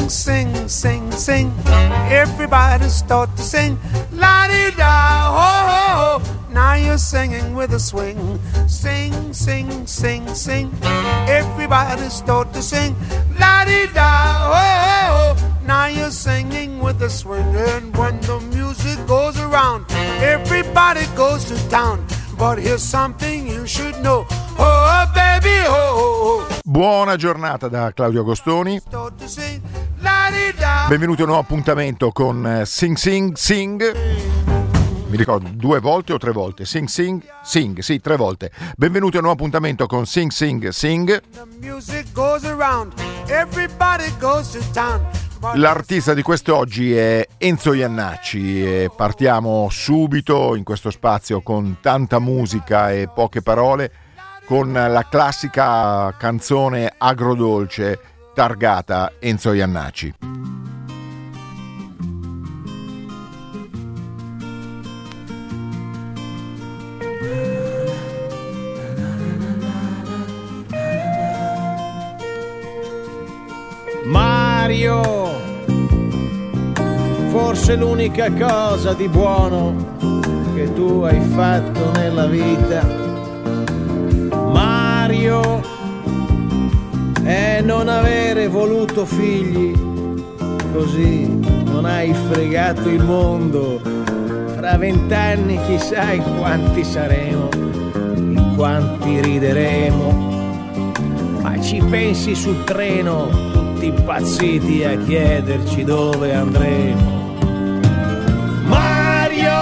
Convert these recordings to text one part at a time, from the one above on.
Sing, sing, sing, sing. Everybody start to sing. La-di-da, ho, ho, ho. Now you're singing with a swing. Sing, sing, sing, sing. Everybody start to sing. La-di-da, ho, ho, ho. Now you're singing with a swing. And when the music goes around, everybody goes to town. But here's something you should know. Oh, baby, oh, oh, oh. Buona giornata da Claudio Agostoni. Benvenuti a un nuovo appuntamento con Sing Sing Sing. Mi ricordo 2 volte o 3 volte? Sing Sing Sing, sì, 3 volte. Benvenuti a un nuovo appuntamento con Sing Sing Sing. L'artista di quest'oggi è Enzo Jannacci e partiamo subito in questo spazio con tanta musica e poche parole con la classica canzone agrodolce targata Enzo Jannacci. Mario, forse l'unica cosa di buono che tu hai fatto nella vita, Mario, è non avere voluto figli, così non hai fregato il mondo. Fra 20 anni chissà in quanti saremo, in quanti rideremo, ma ci pensi sul treno impazziti a chiederci dove andremo. Mario,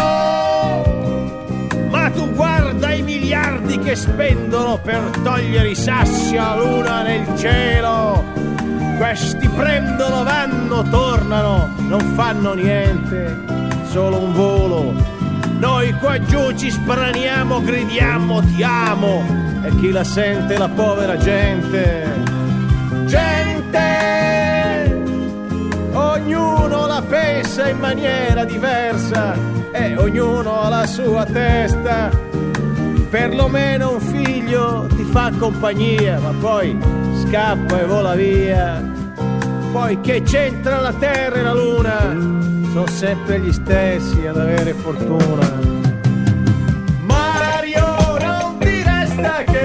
ma tu guarda i miliardi che spendono per togliere i sassi alla luna nel cielo. Questi prendono, vanno, tornano, non fanno niente, solo un volo. Noi qua giù ci spraniamo, gridiamo ti amo, e chi la sente la povera gente. Ognuno la pensa in maniera diversa e ognuno ha la sua testa. Perlomeno un figlio ti fa compagnia, ma poi scappa e vola via. Poi che c'entra la terra e la luna? Sono sempre gli stessi ad avere fortuna. Mario, non ti resta che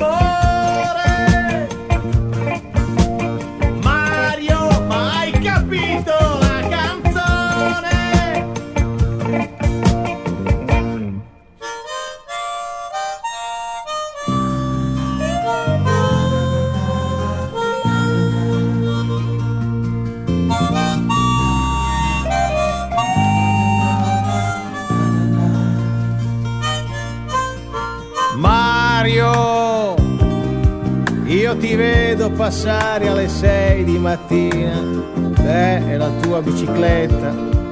ti vedo passare alle 6 di mattina, te e la tua bicicletta.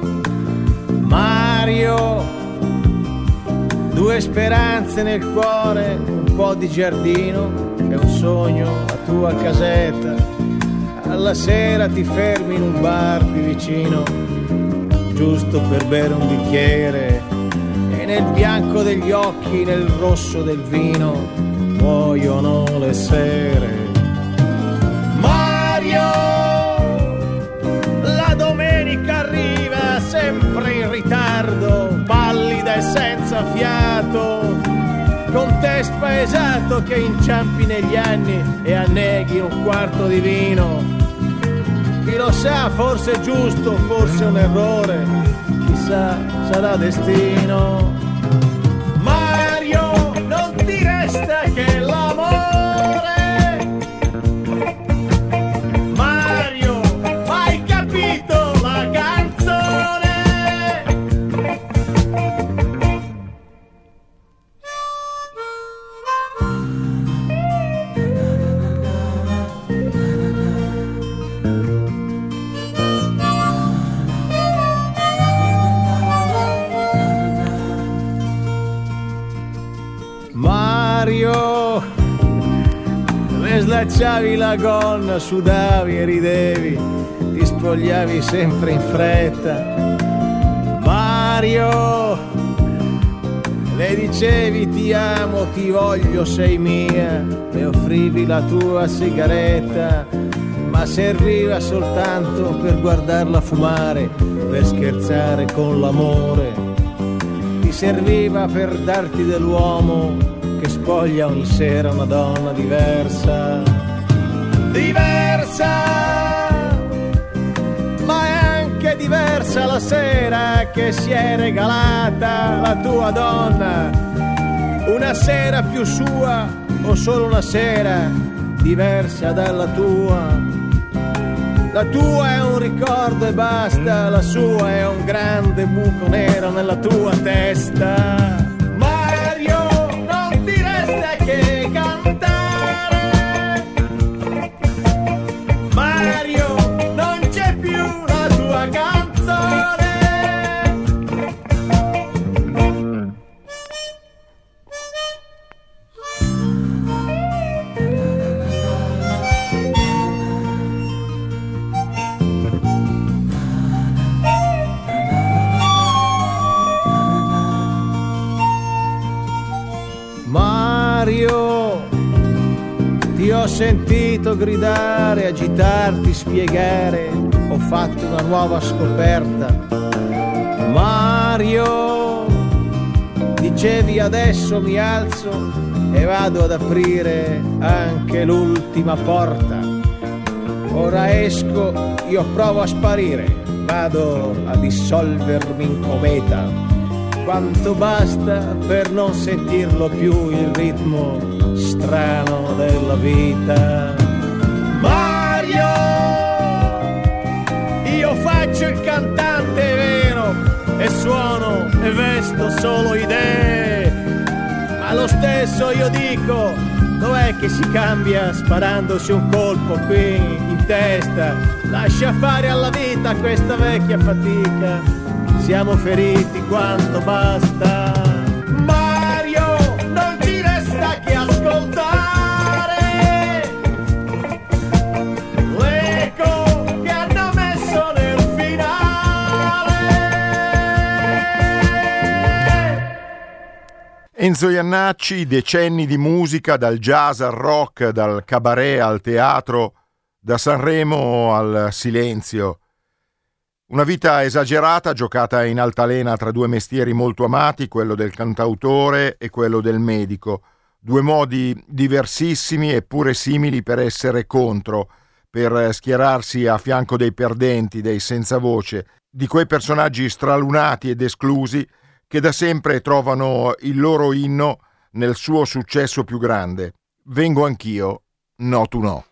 Mario, 2 speranze nel cuore, un po' di giardino e un sogno, la tua casetta. Alla sera ti fermi in un bar qui vicino, giusto per bere un bicchiere, e nel bianco degli occhi, nel rosso del vino, muoiono le sere. Mario, la domenica arriva sempre in ritardo, pallida e senza fiato, con te spaesato che inciampi negli anni e anneghi un quarto di vino. Chi lo sa, forse è giusto, forse è un errore, chissà, sarà destino. Mario, non ti resta che l'amore. Mario, hai capito la canzone? Mario, le slacciavi la gonna, sudavi e ridevi, ti spogliavi sempre in fretta. Mario, le dicevi ti amo, ti voglio, sei mia, le offrivi la tua sigaretta. ma serviva soltanto per guardarla fumare, per scherzare con l'amore. Ti serviva per darti dell'uomo che spoglia ogni sera una donna diversa. Diversa, ma è anche diversa la sera che si è regalata la tua donna. Una sera più sua o solo una sera diversa dalla tua. La tua è un ricordo e basta, la sua è un grande buco nero nella tua testa. Mario, non ti resta che cantare. Mario, non c'è più la tua canzone. Mario, ti ho sentito gridare, agitarti, spiegare, ho fatto una nuova scoperta. Mario, dicevi adesso mi alzo e vado ad aprire anche l'ultima porta. Ora esco, io provo a sparire, vado a dissolvermi in cometa. Quanto basta per non sentirlo più il ritmo strano della vita. Mario, io faccio il cantante, è vero, e suono e vesto solo idee, ma lo stesso io dico, dov'è che si cambia sparandosi un colpo qui in testa? Lascia fare alla vita questa vecchia fatica. Siamo feriti quanto basta. Mario, non ci resta che ascoltare l'eco che hanno messo nel finale. Enzo Jannacci, decenni di musica, dal jazz al rock, dal cabaret al teatro, da Sanremo al silenzio. Una vita esagerata, giocata in altalena tra due mestieri molto amati, quello del cantautore e quello del medico. Due modi diversissimi eppure simili per essere contro, per schierarsi a fianco dei perdenti, dei senza voce, di quei personaggi stralunati ed esclusi che da sempre trovano il loro inno nel suo successo più grande. Vengo anch'io, no tu no.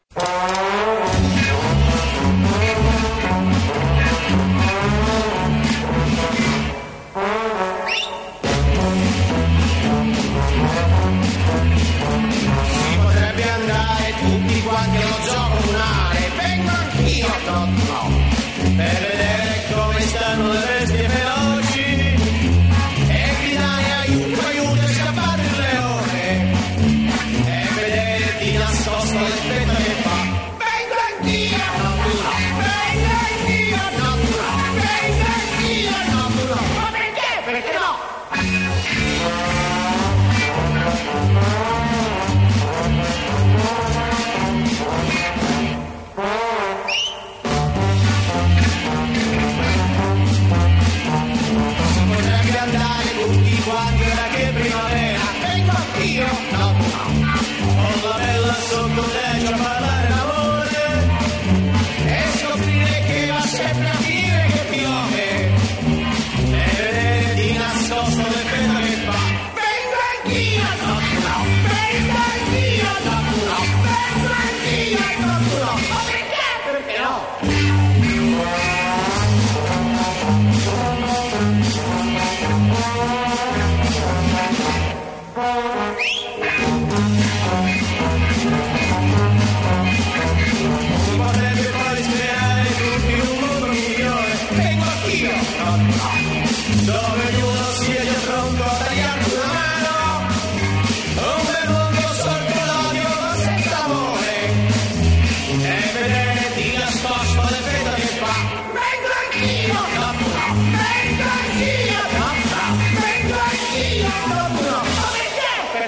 Per vedere come stanno le bestie feroci e gridare aiuto, aiuto e scappare il leone e vedere di nascosto l'effetto che fa. Vengo anch'io, no tu no, vengo anch'io, no tu no, vengo anch'io, no tu no. Ma perché? Perché no? Quando era che primavera, vengo anch'io, no, no, con la bella sotto tetto a parlare d'amore e scoprire che va sempre a dire che piove e vedere di nascosto l'effetto che fa. Vengo anch'io, no, no, vengo anch'io, no, no, vengo anch'io, no, no, ma perché? Perché no? Dove ognuno sia già pronto a tagliarmi una mano, un bel mondo sorgo l'odio ma senza amore e vedere di nascosto l'effetto che fa. Vengo anch'io, no, no, vengo anch'io, no, no, vengo anch'io, no, no, ma perché?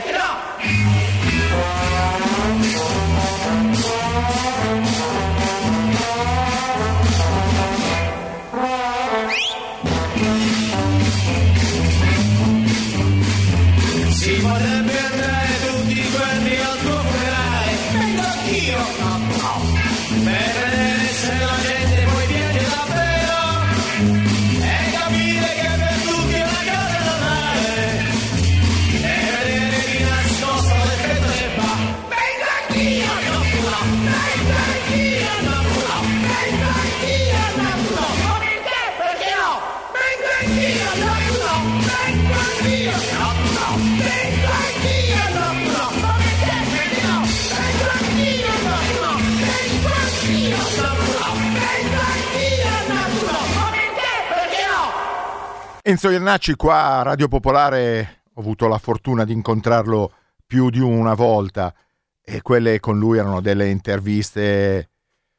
si potrebbe andare tutti quelli al tuo funerale. Vengo anch'io, no, per vedere se la gente poi piange davvero e capire che per tutti è una cosa normale e vedere di nascosto l'effetto che fa. Vengo anch'io, no, vengo anch'io, no, vengo anch'io, no, perché no? Vengo anch'io, no, vengo anch'io, no, vengo anch'io, no, perché no? Vengo anch'io, no, vengo anch'io, no, vengo anch'io, no, perché no? Enzo Iannacci qua a Radio Popolare, ho avuto la fortuna di incontrarlo più di una volta e quelle con lui erano delle interviste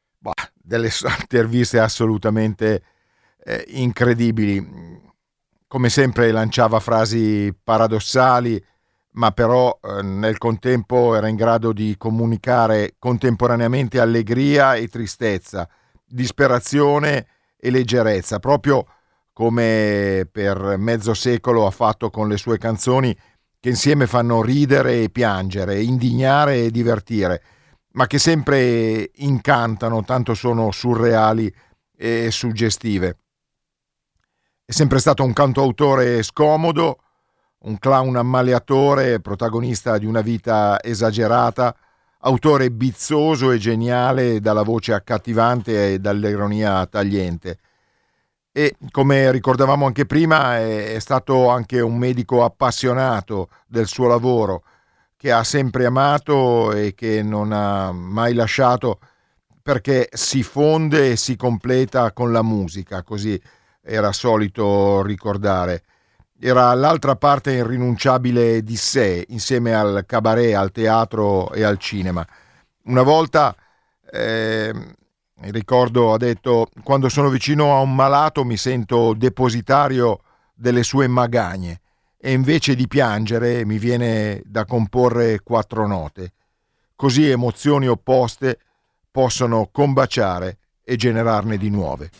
assolutamente incredibili. Come sempre lanciava frasi paradossali, ma però nel contempo era in grado di comunicare contemporaneamente allegria e tristezza, disperazione e leggerezza, proprio come per mezzo secolo ha fatto con le sue canzoni, che insieme fanno ridere e piangere, indignare e divertire, ma che sempre incantano, tanto sono surreali e suggestive. È sempre stato un cantautore scomodo, un clown ammaliatore, protagonista di una vita esagerata, autore bizzoso e geniale, dalla voce accattivante e dall'ironia tagliente. E come ricordavamo anche prima, è stato anche un medico appassionato del suo lavoro, che ha sempre amato e che non ha mai lasciato, perché si fonde e si completa con la musica, così era solito ricordare. Era l'altra parte irrinunciabile di sé, insieme al cabaret, al teatro e al cinema. Una volta, ricordo, ha detto: quando sono vicino a un malato mi sento depositario delle sue magagne e invece di piangere mi viene da comporre 4 note. Così emozioni opposte possono combaciare e generarne di nuove.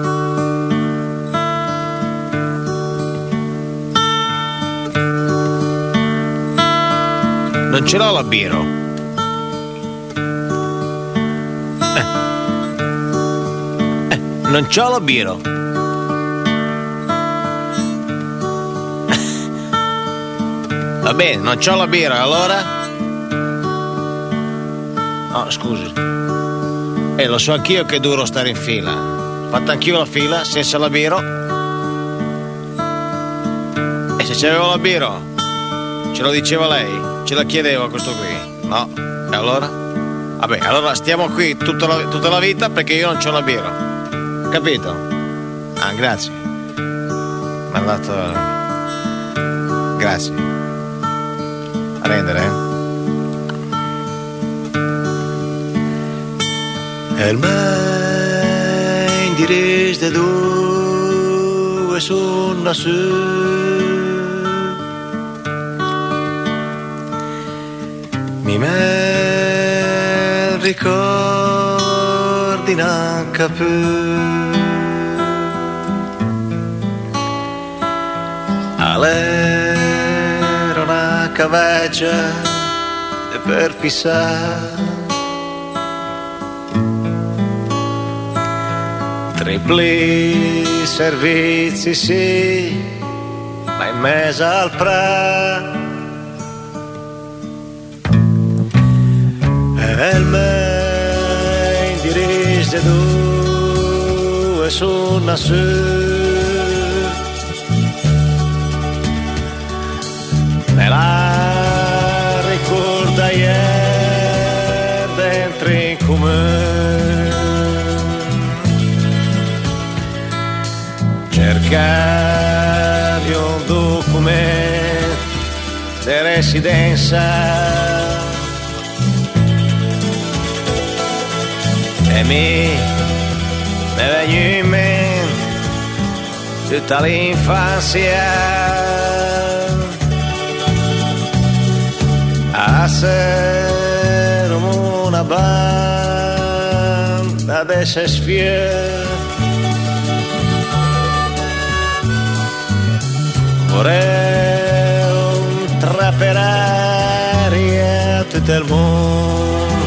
Non ce l'ho la Biro. Non c'ho la Biro. Va bene, non c'ho la Biro, allora? No, scusi. Lo so anch'io che è duro stare in fila. Ho fatto anch'io la fila senza la Biro. E se c'avevo la Biro, ce lo diceva lei? Ce la chiedevo questo qui? No? E allora? Vabbè, allora stiamo qui tutta la vita perché io non c'ho la Biro. Capito? Ah, grazie. Mi ha dato... Grazie. A rendere, El mein dirige de due sunna su. Mi ricordi anche più. All'era una caveggia per pisare. Tripli servizi sì, ma in mezzo al prato. E il me dirige due sunna su. Me la ricorda ieri dentro in comune. Cercavi un documento di residenza e mi venne in mente tutta l'infanzia. A essere una banda di sesfier. Vorrei un per aria tutto il mondo.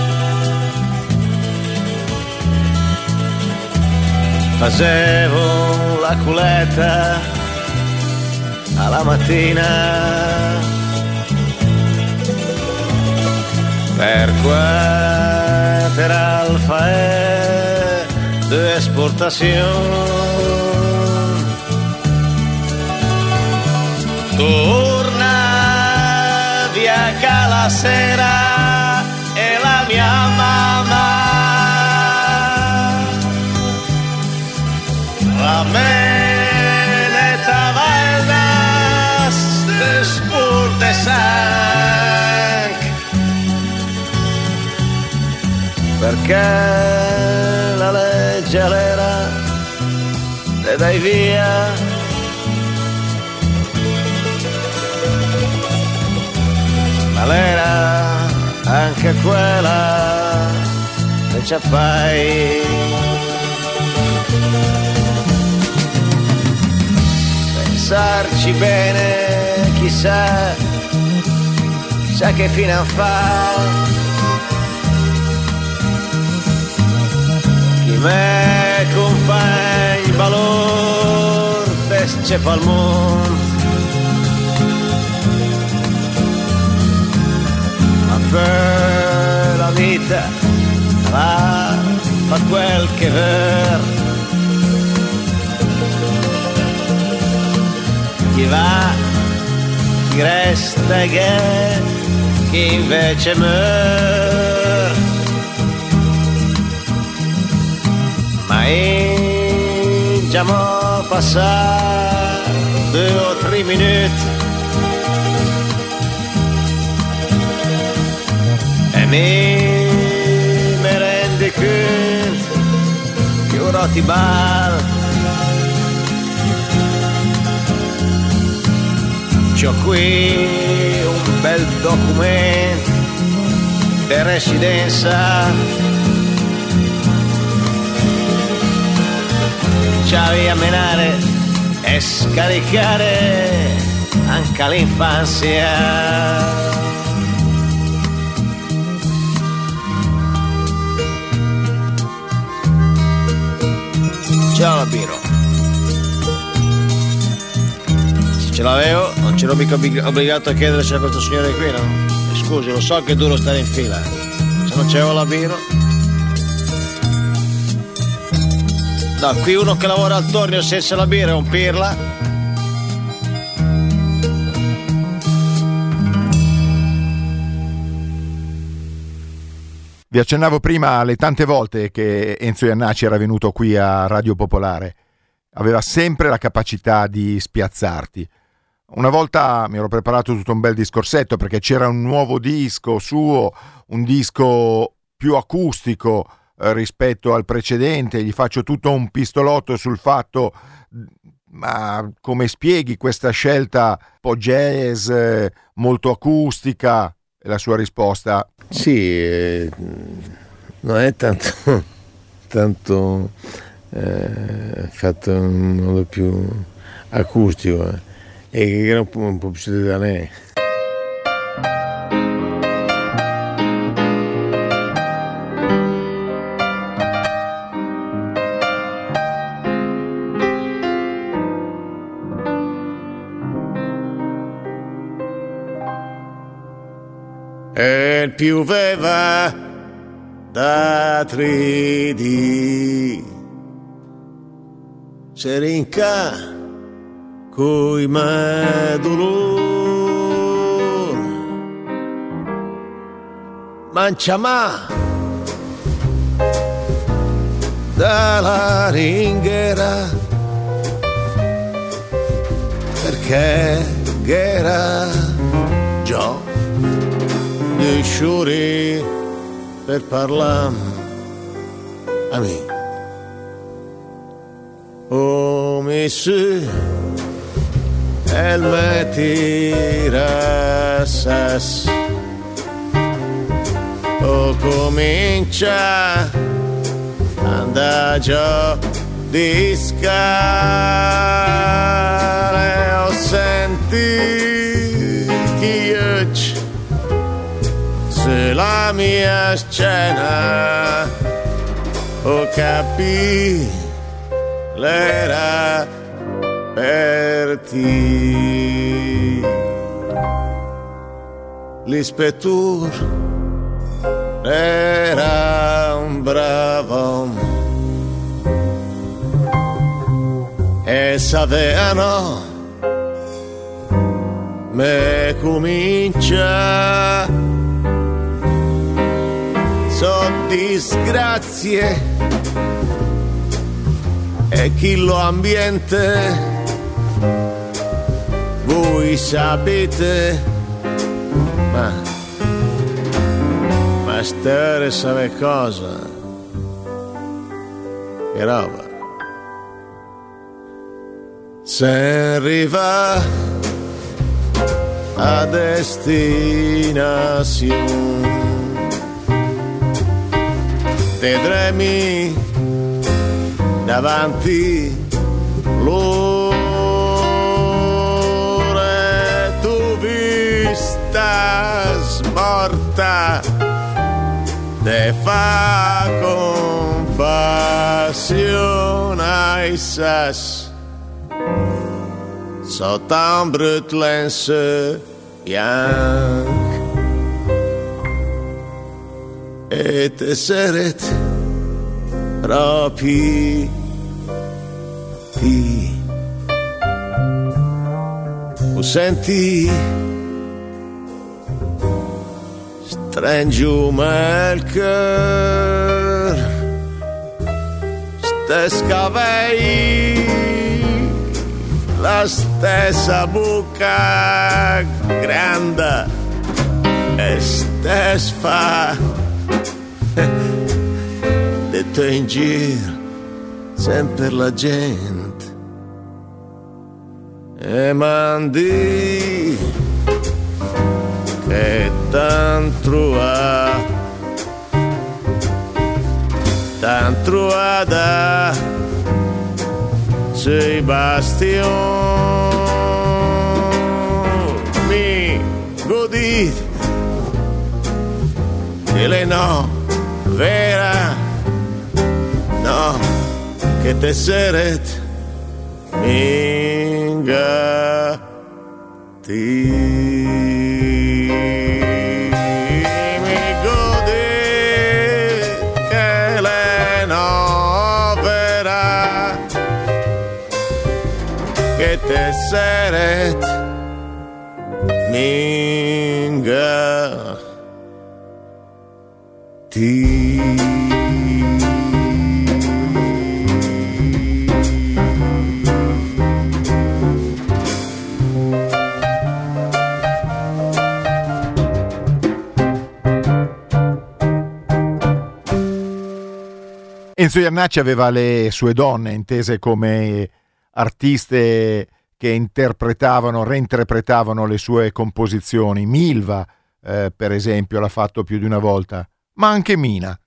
Facevo la culetta alla mattina per quanto era il fae d'esportazione. Torna via che la sera e la mia mamma la meneta valdas desporte sank, perché la legge era e dai via. Ma l'era anche quella che ci fai. Pensarci bene, chissà che fine fa. Chi me compagna il valor pesce pal mondo. Per la vita fa quel che ver. Chi va, chi resta e chi invece muore. Ma già mo passare 2 o 3 minuti mi rende conto che ora ti bal. C'ho qui un bel documento di residenza, c'avevi a menare e scaricare anche l'infanzia. Ciao la biro. Se ce l'avevo non c'ero mica obbligato a chiederci a questo signore qui, no? Scusi, lo so che è duro stare in fila, se non c'avevo la biro. No, qui uno che lavora al tornio senza la biro è un pirla. Vi accennavo prima alle tante volte che Enzo Jannacci era venuto qui a Radio Popolare. Aveva sempre la capacità di spiazzarti. Una volta mi ero preparato tutto un bel discorsetto perché c'era un nuovo disco suo, un disco più acustico rispetto al precedente. Gli faccio tutto un pistolotto sul fatto, ma come spieghi questa scelta un po' jazz, molto acustica? E la sua risposta? Sì, non è tanto fatto in modo più acustico, e che era un po' più da lei. E pioveva da 3D, serinca coi medulor, manciama dalla ringhera, perché era già dei sciuri per parlare a me. Oh, mi su el me tirasas, oh, comincia andare già di scale, oh, senti chi sketch sulla mia scena, ho capito l'era per te. L'ispettore era un bravo e sapevano me comincia, so disgrazie e chi lo ambiente voi sapete, ma stare sa cosa, che roba. Se arriva a destinazione, vedremi davanti l'ora, tu vista smorta te fa compassione ai sas sotto un brut lense bianco e te seret proprio ti o senti stringiume il cœur, stessi capelli, la stessa bocca grande e stessa fa detto in giro sempre la gente e mandi che tanto da sui bastion mi godite e le no vera no che te seret minga ti seret minga ti. Enzo Jannacci aveva le sue donne intese come artiste che reinterpretavano le sue composizioni. Milva, per esempio, l'ha fatto più di una volta, ma anche Mina.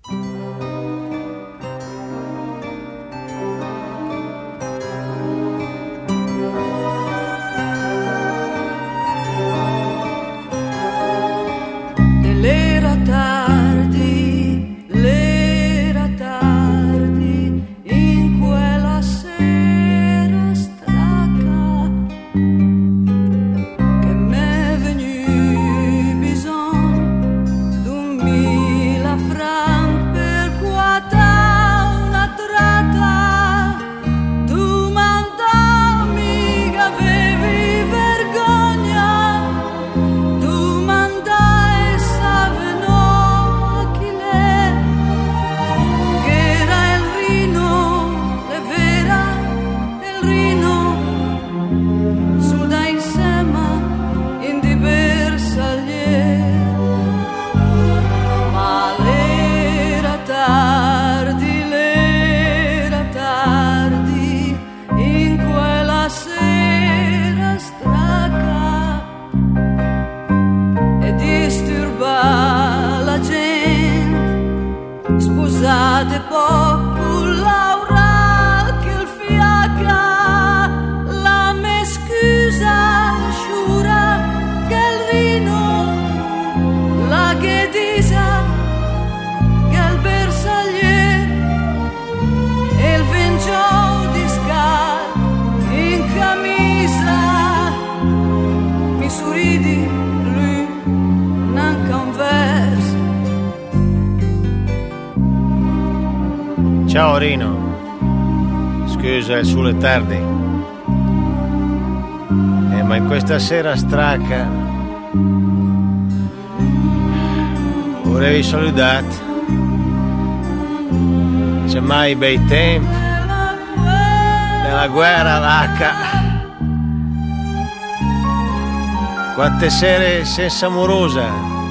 Scusate poco Laura che il fiacca la me scusa sciura che il rino Ciao Rino, scusa il sole tardi, ma in questa sera stracca vorrei salutare. C'è mai bei tempi nella guerra vacca, quante sere senza amorosa,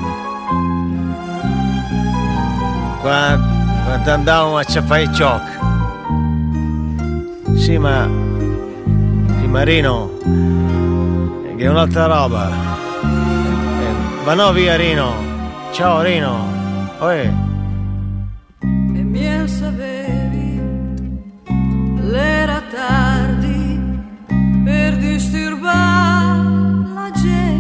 quando andavamo a ciappare cioc. Sì, ma Rino, che è un'altra roba. Va no via Rino. Ciao Rino. Oe. E miel sapevi, l'era tardi per disturbare la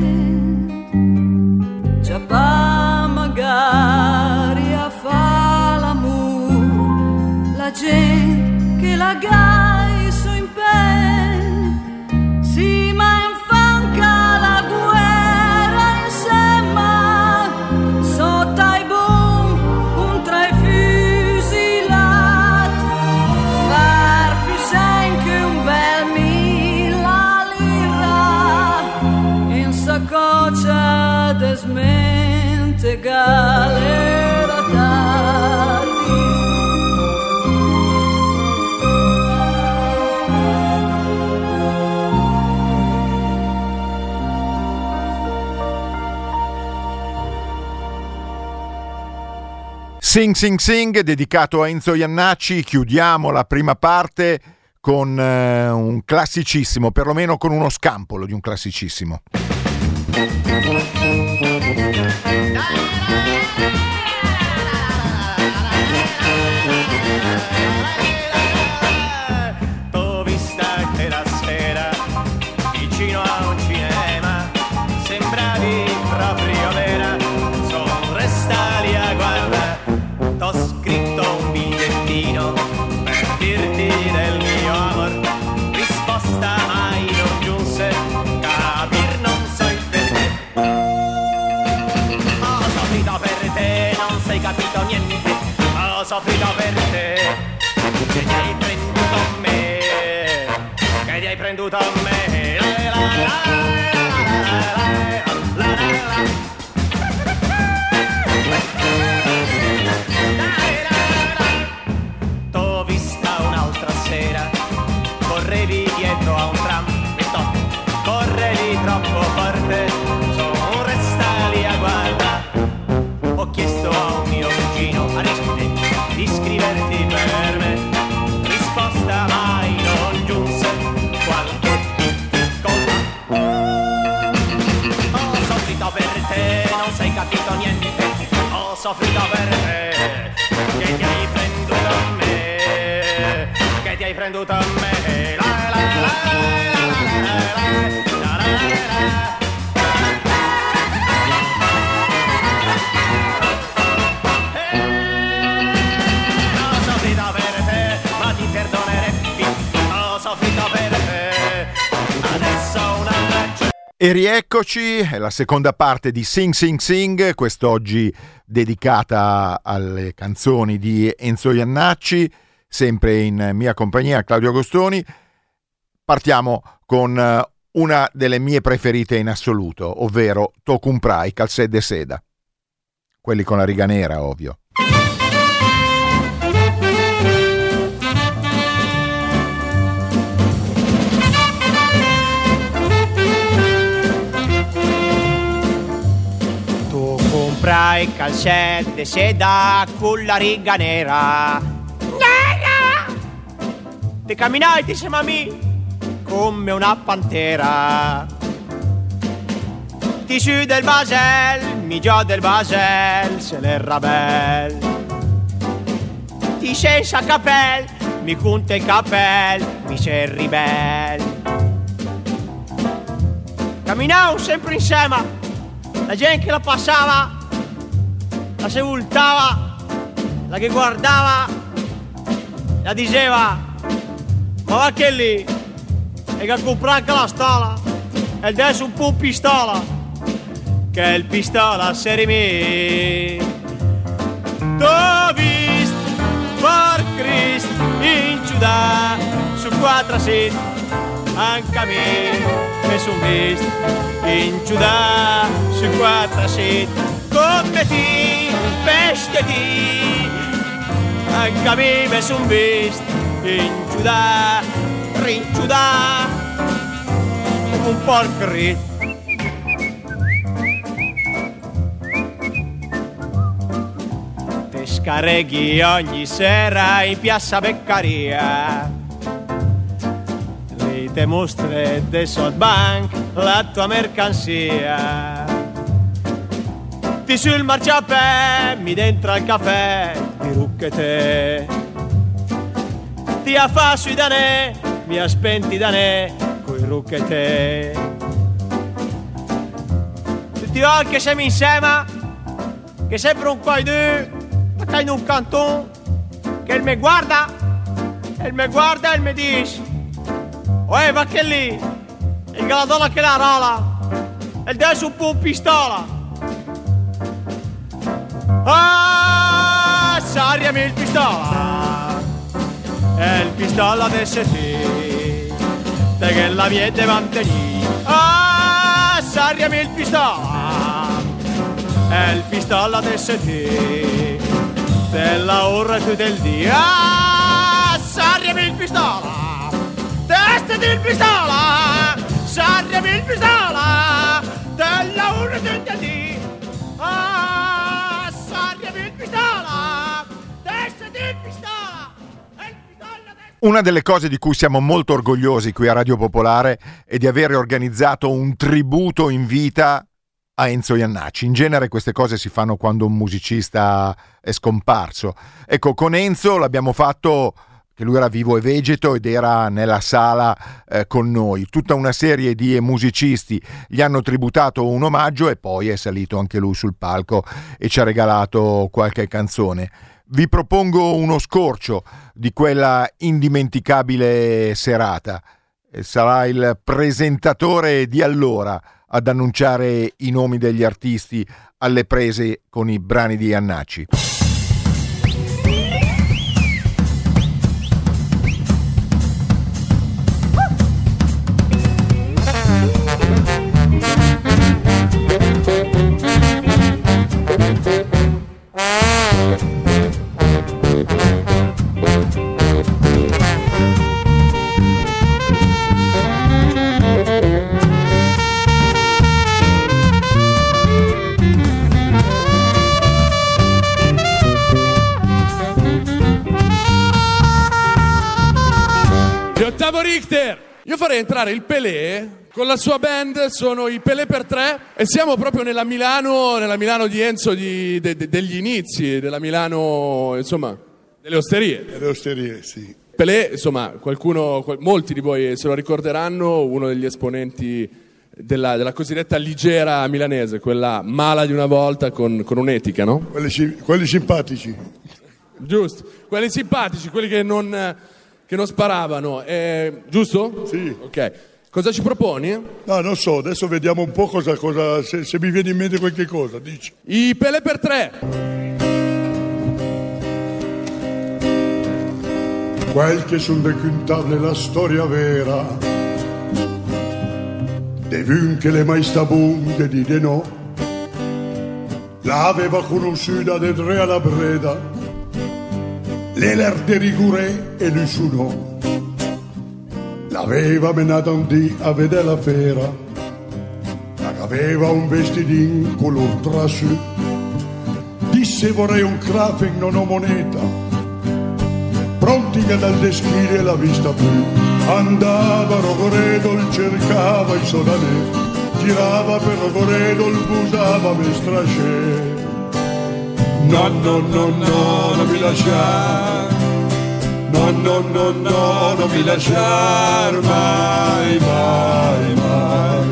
gente. Già va magari a fa l'amore, la gente che la gai su in pen. Sì, ma infanca la guerra insieme sotto ai boom contro i fusilati. Per più sen che un bel mila lira in saccoccia desmente galera tardi. Sing Sing Sing, dedicato a Enzo Jannacci. Chiudiamo la prima parte con un classicissimo, perlomeno con uno scampolo di un classicissimo. T'ho vista quella sera vicino a un cinema, sembravi proprio vera, son resta lì a guarda. T'ho scritto un bigliettino per dirti del mio amor, risposta mai non giunse, capir non so il perché. Ho soffrito per te, non sei capito niente, ho soffrito per te, che ti hai prenduto me, che ti hai prenduto me. La, la, la, la, la, la, la. T'ho vista un'altra sera, correvi dietro a un tram, correvi troppo forte, sono resta lì a guarda. Ho chiesto a un mio cugino, Aristide, di scriverti per me, risposta mai non giunse, qualche cosa. Ho soffrito per te, non sei capito niente, ho soffrito per te, che ti hai prenduto a me, che ti hai prenduto a me. La, la, la, la, la, la, la, la, la. Ho soffrito per te, ma ti perdonerei. Ho soffrito per te, adesso un abbraccio. E rieccoci, è la seconda parte di Sing Sing Sing, quest'oggi dedicata alle canzoni di Enzo Jannacci, sempre in mia compagnia, Claudio Agostoni. Partiamo con una delle mie preferite in assoluto, ovvero To comprai calzè de seda, quelli con la riga nera, ovvio. Comprai calzè de seda con la riga nera. Te camminai insieme a me come una pantera. Tisù del Basel, mi già del Basel, se l'era bel. Ti senza capel, mi conta i capel, mi sei ribel. Camminavo sempre insieme, la gente che la passava, la si voltava, la che guardava, la diceva, ma va che lì, e che comprò anche la stola, e adesso un po' pistola, che il pistola sei me. T'ho visto per Cristo da su 4 sit, anche a me son vist in da su 4 sit, come ti vestiti, anche a me son vist in da, un porco rit. Scarreghi ogni sera in piazza Beccaria, lì te mostre del Softbank la tua mercanzia. Ti sul marciapiede mi dentro al caffè di rucchete, ti affa sui danè mi aspenti danè coi rucchete. Tutti anche se mi insieme che sembra un po' di che in un canton che il me guarda e il me dice va che lì il galadona che la rola e il adesso un po' un pistola sarriami il pistola e il pistola del ST te che la viene davanti lì sarriami il pistola e il pistola del ST della ora tu del dia sarriami il pistola testa del pistola sarriami il pistola della ora tu del dia sarriami il pistola testa del pistola Una delle cose di cui siamo molto orgogliosi qui a Radio Popolare è di aver organizzato un tributo in vita a Enzo Jannacci. In genere queste cose si fanno quando un musicista è scomparso. Ecco, con Enzo l'abbiamo fatto che lui era vivo e vegeto ed era nella sala con noi. Tutta una serie di musicisti gli hanno tributato un omaggio e poi è salito anche lui sul palco e ci ha regalato qualche canzone. Vi propongo uno scorcio di quella indimenticabile serata. Sarà il presentatore di allora ad annunciare i nomi degli artisti alle prese con i brani di Jannacci. Richter, io farei entrare il Pelé con la sua band, sono i Pelé per 3 e siamo proprio nella Milano di Enzo degli inizi, della Milano, insomma, delle osterie. Delle osterie, sì. Pelé, insomma, molti di voi se lo ricorderanno, uno degli esponenti della cosiddetta liggera milanese, quella mala di una volta con un'etica, no? Quelli simpatici. Giusto, quelli simpatici, quelli che non sparavano, giusto? Sì. Ok. Cosa ci proponi? No, non so, adesso vediamo un po' cosa se mi viene in mente qualche cosa, dici. I Pelé per 3. Quel che son raccontabile la storia vera, devun che le maestà bunghe di no, l'aveva conosciuta del re alla Breda, l'Eler de Rigure e lui su no. L'aveva menata un dì a vedere la fera, aveva un vestidin color trasù, disse vorrei un Krafen, non ho moneta, pronti che dal deschile la vista più, andava a Rogoredol, cercava i sodanè, girava per Rogoredol, busava me strasce. No, no, no, no, non mi lasciar. No, no, no, no, non mi lasciar mai, mai, mai.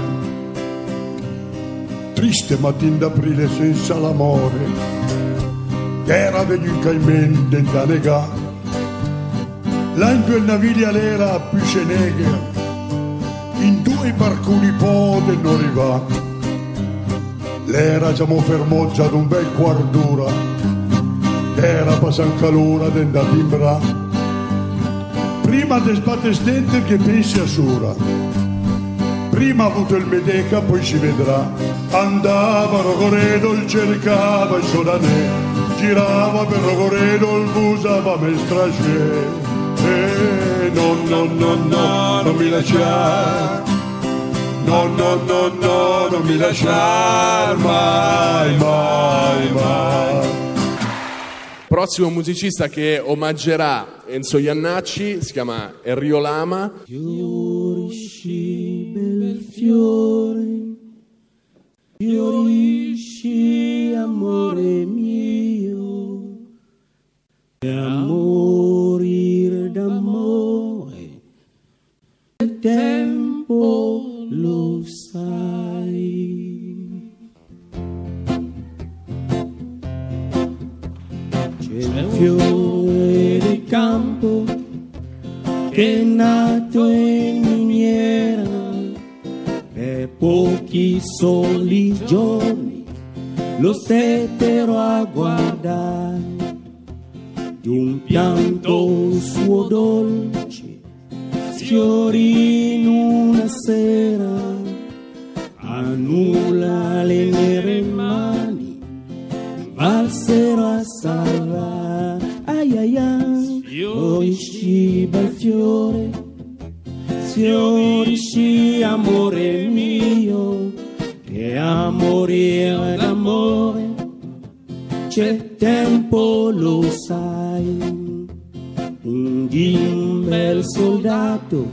Triste mattin d'aprile senza l'amore, che era venuto in mente da negare. Là in quel naviglio l'era più se nega, in due barconi pode non arriva. L'era già mo fermò già d'un bel quartura, era passan calura d'andata in bra. Prima del spatestente che pensi a Sura, prima ha avuto il Medeca, poi si vedrà. Andava a Rogoredo, cercava il Sodanè, girava per Rogoredo, il busava mestrasce. No, non mi lasciar, no, non mi lasciar mai. Prossimo musicista che omaggerà Enzo Jannacci si chiama Enrio Lama. Fiorisci bel fiore, fiorisci amore mio, e a morire d'amore, il tempo lo sai. C'è il fiore del campo che è nato in miniera per pochi soli giorni, lo stettero a guardare di un pianto suo dolce, sfiorì in una sera, a nulla le nere mani valsero a salvare. Ai ai ai, fiorisci bel fiore, fiorisci amore mio, che a morire d'amore c'è tempo, lo sai. Un bel soldato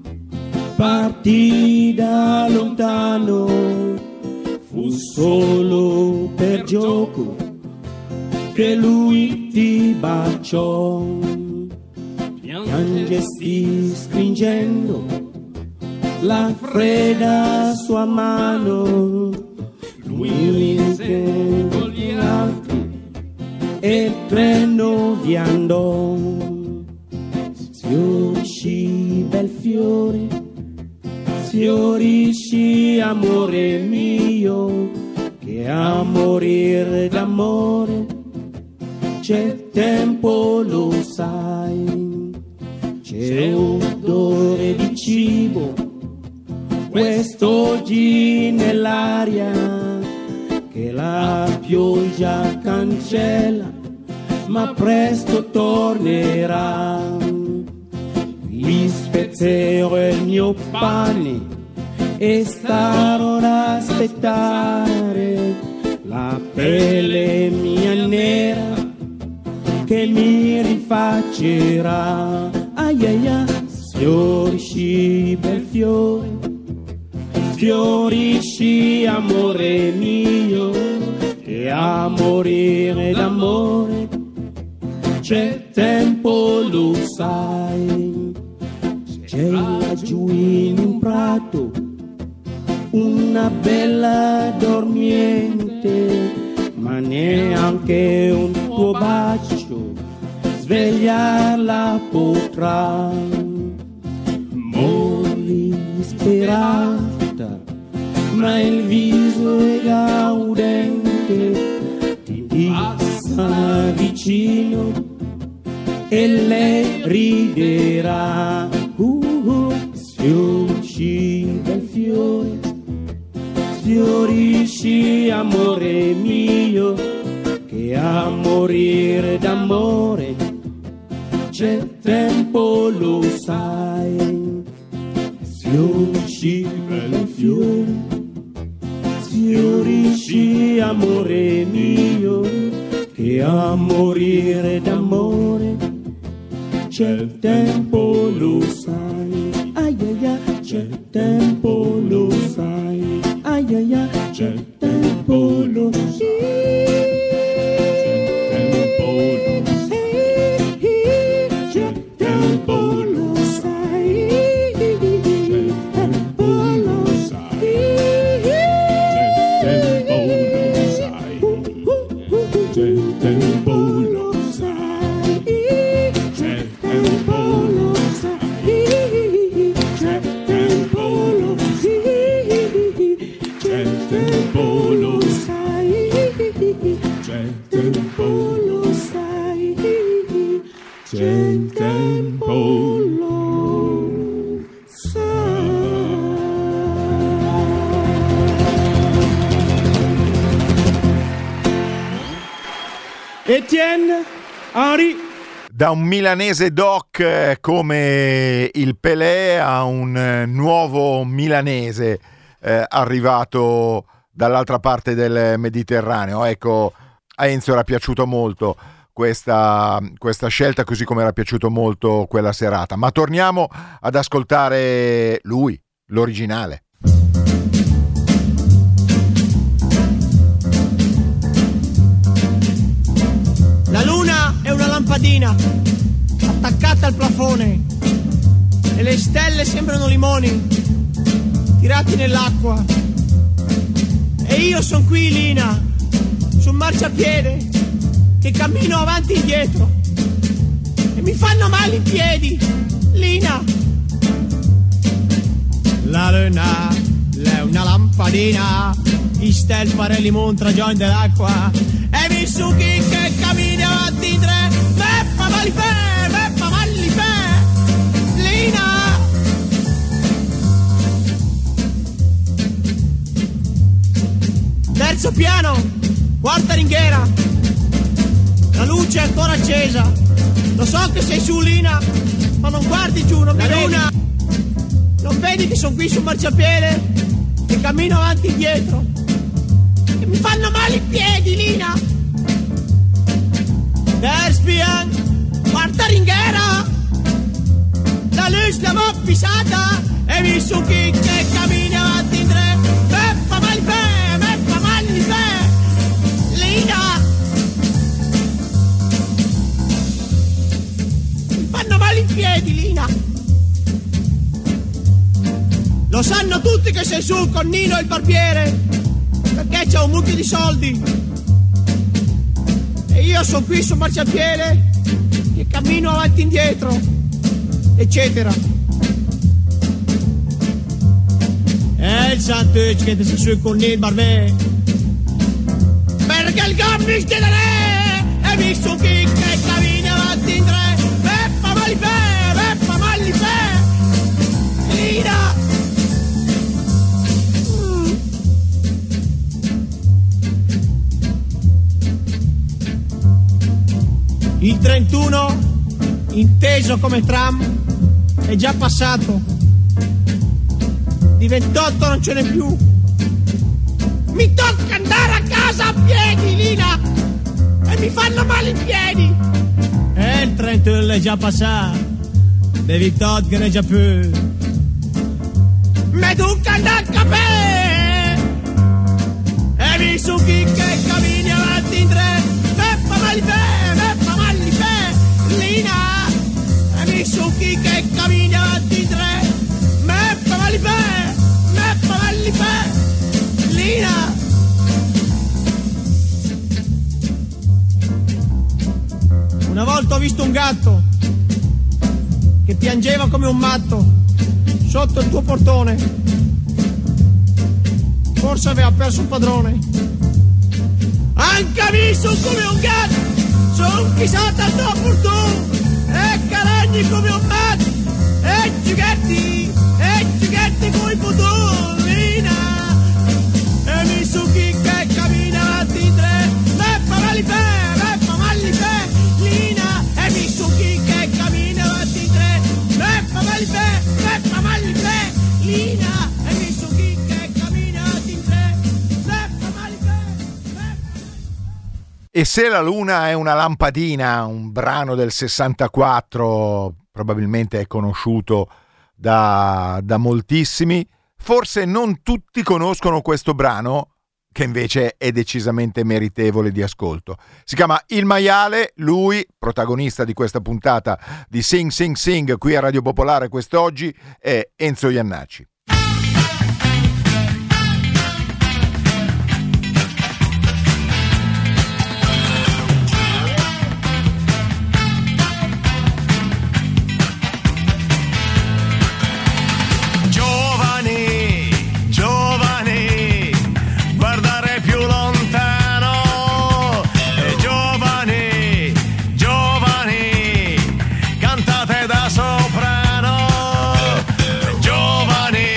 partì da lontano, fu solo per gioco che lui ti baciò. Piangesti stringendo la fredda sua mano, lui vinse con gli altri e il treno vi andò. Fiorisci bel fiore, fiorisci amore mio, che a morire d'amore c'è tempo, lo sai. C'è odore di cibo quest'oggi nell'aria, che la pioggia cancella, ma presto tornerà. Qui spezzerò il mio pane e starò ad aspettare la pelle mia nera che mi rifaccerà. Ai ai ai, fiorisci bel fiore, fiorisci amore mio, che a morire d'amore c'è tempo, lo sai. C'è laggiù in un prato una bella dormiente, ma neanche un tuo bacio svegliarla potrà. Mori sperata, ma il viso è gaudente, ti sta vicino e lei riderà. Fiorisci bel fiore, fiorisci amore mio, che a morire d'amore c'è tempo, lo sai. Fiorisci bel fiore, fiorisci amore mio, che a morire d'amore c'è tempo, lo sai. Ai ai ai, c'è tempo, lo sai. Ai ai ai, c'è tempo, lo sai. C'è il tempo, lo Etienne Henry. Da un milanese doc come il Pelé a un nuovo milanese arrivato dall'altra parte del Mediterraneo. Ecco, a Enzo era piaciuto molto questa scelta, così come era piaciuto molto quella serata. Ma torniamo ad ascoltare lui, l'originale. La luna è una lampadina attaccata al plafone e le stelle sembrano limoni tirati nell'acqua. E io son qui, Lina, sul marciapiede che cammino avanti e indietro e mi fanno male i piedi, Lina. La luna è una lampadina, i stelle farelli montra già dell'acqua e mi su chi che cammina avanti in tre, meppa malipè, Lina. Terzo piano, quarta ringhiera, la luce è ancora accesa, lo so che sei su, Lina, ma non guardi giù, non mi vedi. Non vedi che sono qui sul marciapiede e cammino avanti e indietro e mi fanno male i piedi, Lina. Terzo piano, quarta ringhiera, la luce l'avevo pisata e mi su chi che cammina avanti in tre, meppa malipè, Lina. Mi fanno male i piedi, Lina. Lo sanno tutti che sei su con Nino il barbiere, perché c'è un mucchio di soldi. E io sono qui sul marciapiede che cammino avanti e indietro, eccetera. E il santuccio che sei su con Nino il barbiere, perché il gambis chiedere e mi su chi che cammina avanti in tre, meppa malipè, Lina. Il 31, inteso come tram, è già passato. Di 28 non ce n'è più. Mi tocca andare a casa a piedi, Lina, e mi fanno male i piedi. E il 31 è già passato, di 28 che ne è già più. Mi tocca andare a capè, e mi su chi che cammini avanti in tre, meppa malipè, Lina. E mi su chi che cammini avanti in tre, meppa malipè, Lina. Una volta ho visto un gatto che piangeva come un matto sotto il tuo portone. Forse aveva perso un padrone. Anche visto come un gatto, son chissata al tuo portone. E caragni come un matto, e giugetti come i potoni, Lina. E mi su chi che cammina avanti in tre, meppa malipè, Lina. E mi su chi che cammina avanti in tre, meppa malipè, Lina. E mi su chi che cammina avanti in tre, meppa malipè. E se la luna è una lampadina, un brano del 64, probabilmente è conosciuto da moltissimi. Forse non tutti conoscono questo brano, che invece è decisamente meritevole di ascolto. Si chiama Il Maiale, lui, protagonista di questa puntata di Sing Sing Sing qui a Radio Popolare quest'oggi, è Enzo Iannacci. Cantate da soprano, giovani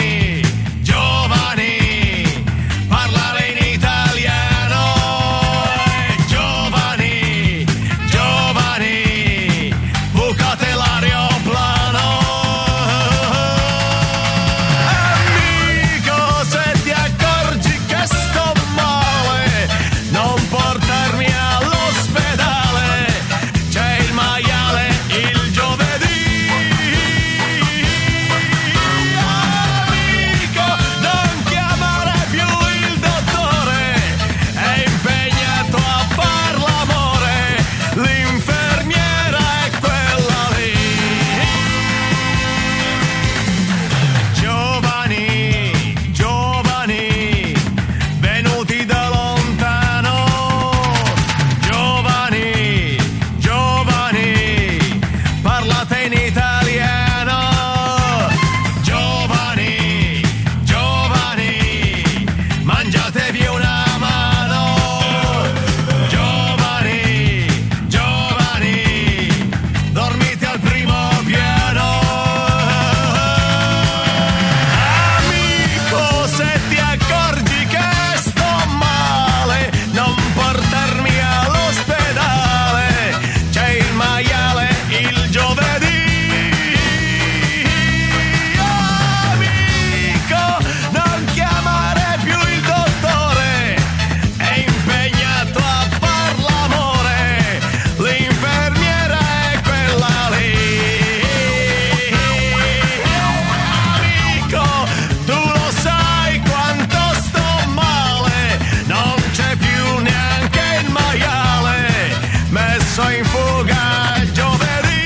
messo in fuga il giovedì.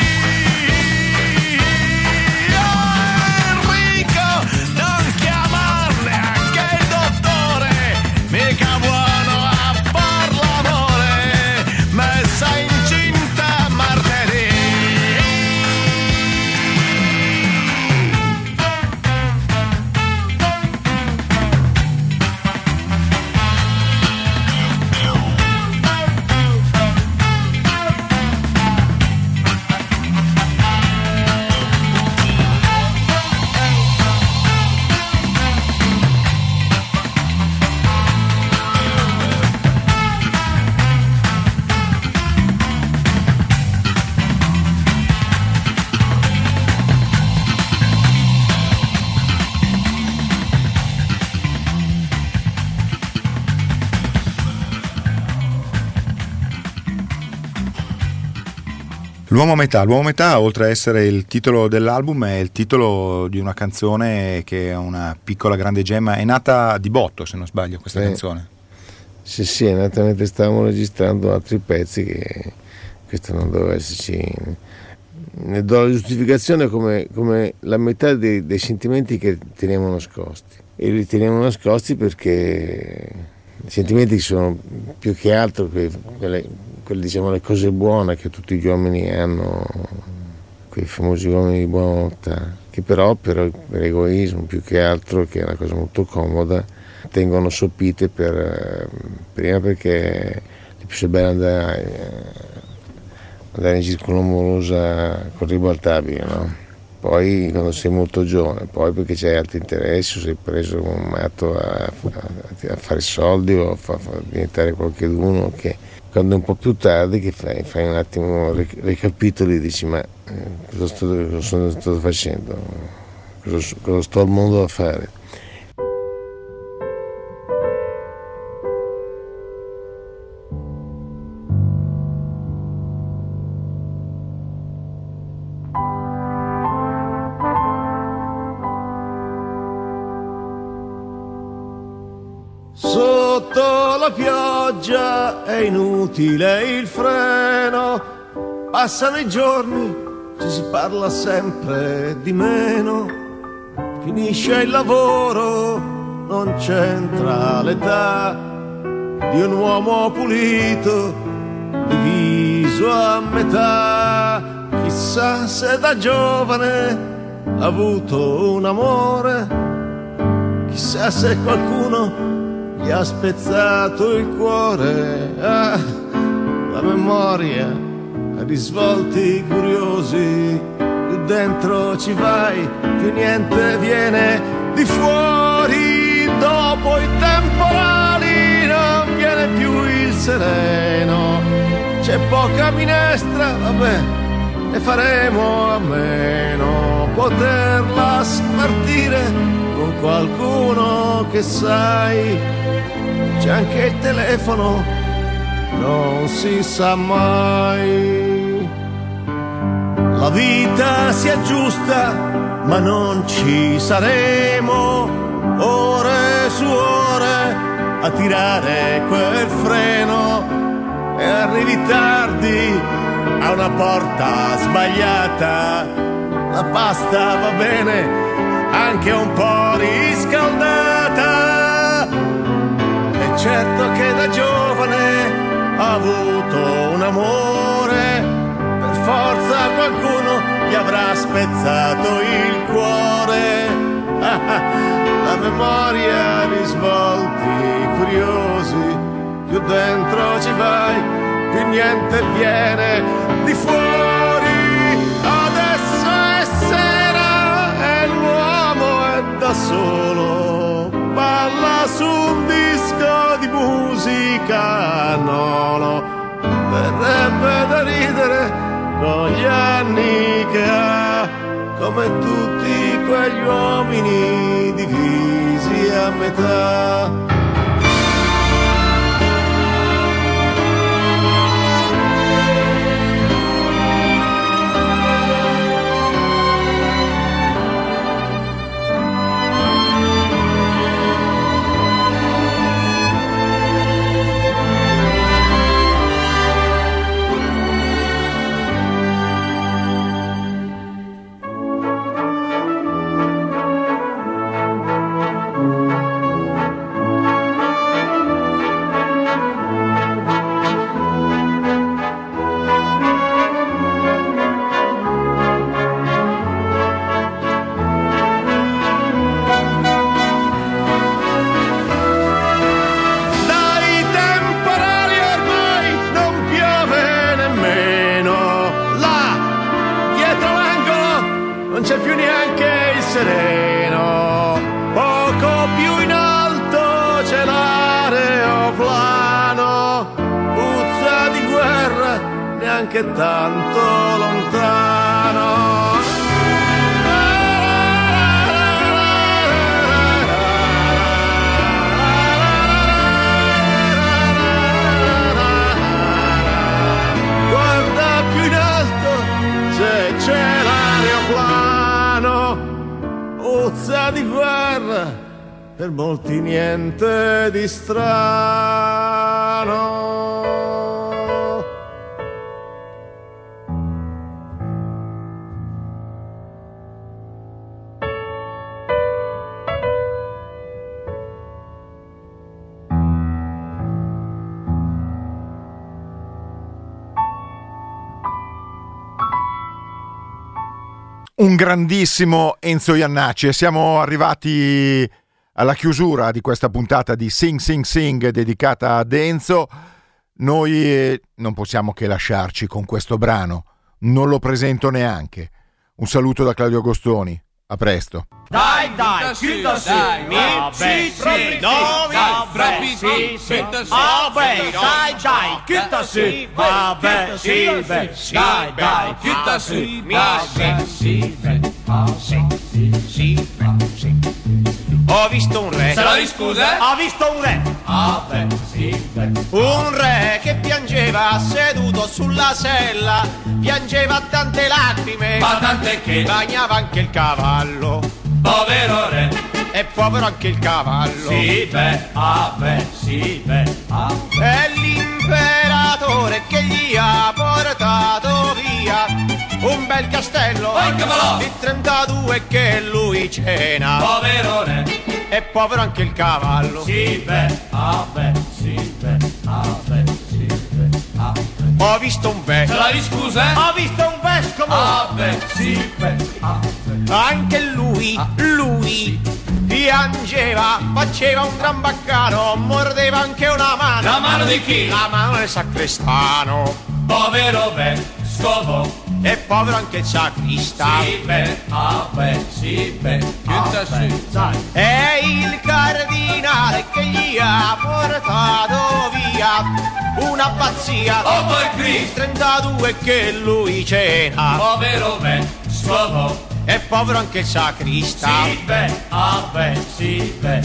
Enrico, non chiamarne anche il dottore, mica buono a far l'amore, messa incinta martedì. L'uomo a metà, oltre a essere il titolo dell'album, è il titolo di una canzone che è una piccola grande gemma. È nata di botto, se non sbaglio, questa canzone. Sì, è nata mentre stavamo registrando altri pezzi, che questo non doveva esserci. Ne do la giustificazione come la metà dei sentimenti che teniamo nascosti. E li teniamo nascosti perché i sentimenti sono più che altro quelle diciamo le cose buone che tutti gli uomini hanno, quei famosi uomini di buona volontà, che però per egoismo più che altro, che è una cosa molto comoda, tengono sopite prima perché è più bello andare in circolo amorosa con ribaltabile, no? Poi quando sei molto giovane, poi perché c'hai altri interessi, o sei preso come un matto a fare soldi o a diventare qualcheduno, che quando è un po' più tardi che fai un attimo recapitoli e dici ma cosa sto facendo, cosa sto al mondo a fare. Sotto la pioggia è inutile il freno, passano i giorni, ci si parla sempre di meno, finisce il lavoro, non c'entra l'età di un uomo pulito, diviso a metà. Chissà se da giovane ha avuto un amore, chissà se qualcuno gli ha spezzato il cuore. Ah, la memoria ha risvolti curiosi, più dentro ci vai, più niente viene di fuori. Dopo i temporali non viene più il sereno, c'è poca minestra, vabbè, ne faremo a meno. Poterla spartire con qualcuno che sai, c'è anche il telefono, non si sa mai. La vita si aggiusta, ma non ci saremo ore su ore a tirare quel freno, e arrivi tardi a una porta sbagliata. La pasta va bene anche un po' riscaldata. E certo che da giovane ha avuto un amore, per forza qualcuno gli avrà spezzato il cuore. La memoria ha risvolti curiosi, più dentro ci vai, più niente viene di fuori. Adesso è sera e l'uomo è da solo, balla su un disco di musica nolo. Verrebbe da ridere con gli anni che ha, come tutti quegli uomini divisi a metà. neanche tanto lontano. Guarda più in alto se c'è l'aeroplano, uzza di guerra, per molti niente di strano. Un grandissimo Enzo Jannacci, e siamo arrivati alla chiusura di questa puntata di Sing Sing Sing dedicata ad Enzo. Noi non possiamo che lasciarci con questo brano, non lo presento neanche. Un saluto da Claudio Agostoni, a presto. Dai, chiuda sì, dai, chiuda sì, vabbè, Silve, dai, chiuda sì, ho visto un re. Se la scusa? Ho visto un re. Vabbè, Silve. Un re che piangeva seduto sulla sella, piangeva tante lacrime, ma tante che bagnava anche il cavallo. Povero re, e povero anche il cavallo. Sì, beh, sì, beh, è l'imperatore che gli ha portato via un bel castello di 32 che lui cena. Povero re, e povero anche il cavallo. Sì, beh, sì, beh, sì, beh, ho visto un vescovo. Se la scusa? Ho visto un vescovo. Sì, beh, anche lui piangeva, faceva un gran baccano, mordeva anche una mano. La mano di chi? La mano del sacrestano. Povero vescovo, e povero anche il sacrista. Sì, beh, sì, beh, è il cardinale che gli ha portato via una pazzia. Il 32 che lui cena. Povero vescovo, e povero anche il sacrista. Sì, beh, sì, beh,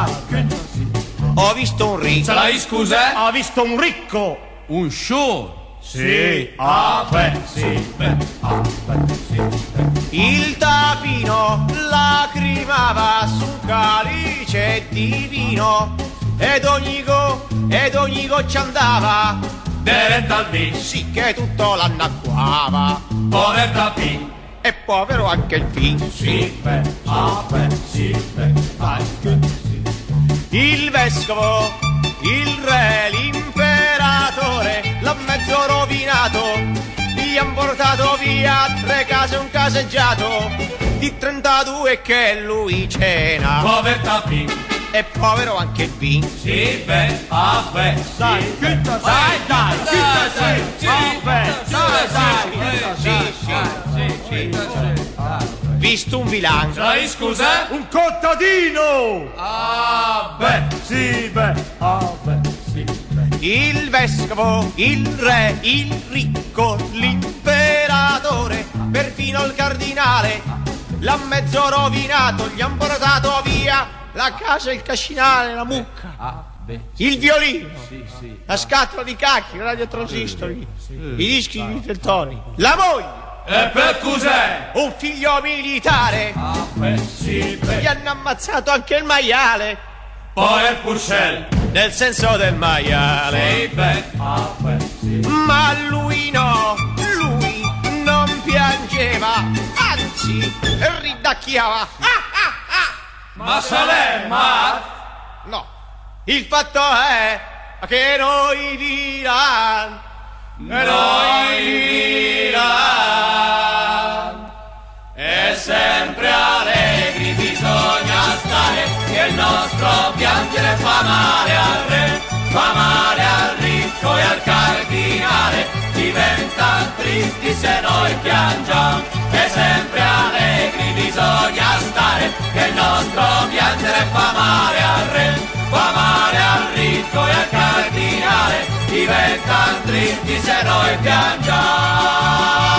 ho visto un ricco. Se la scusa? Ho visto un ricco. Un show. Sì, sì, beh, sì, beh. Il tapino lacrimava su un calice di vino, ed ogni goccia andava diretta al vino. Sì, che tutto l'annacquava. Povero tapino, e povero anche il vino. Sì, beh, sì, beh, il vescovo, il re, l'imperatore l'ha mezzo rovinato, gli han portato via 3 case e un caseggiato di 32 che lui cena. Povero tapino, e povero anche il vino. Sì, beh, dai, chiuda sì, visto un vilano. Sai, scusa? Un contadino. Sì, beh, sì, beh. Il vescovo, il re, il ricco, l'imperatore, perfino il cardinale l'ha mezzo rovinato, gli han portato via la casa, il cascinale, la mucca, il violino, la scatola di cacchi, la radiotransistori, i dischi di Teltoni, la moglie. E per cos'è? Un figlio militare. Sì, gli hanno ammazzato anche il maiale. Poi il Purcell, nel senso del maiale. Sì, ma lui no, lui non piangeva, anzi ridacchiava. Ma Salerma? No, il fatto è che noi diranno, e sempre allegri bisogna stare, che il nostro piangere fa male al re, fa male al ricco e al cardinale, diventa tristi se noi piangiamo, e sempre allegri bisogna stare, che il nostro piangere fa male al re, fa male al ricco e al cardinale, diventano tristi se noi piangiamo.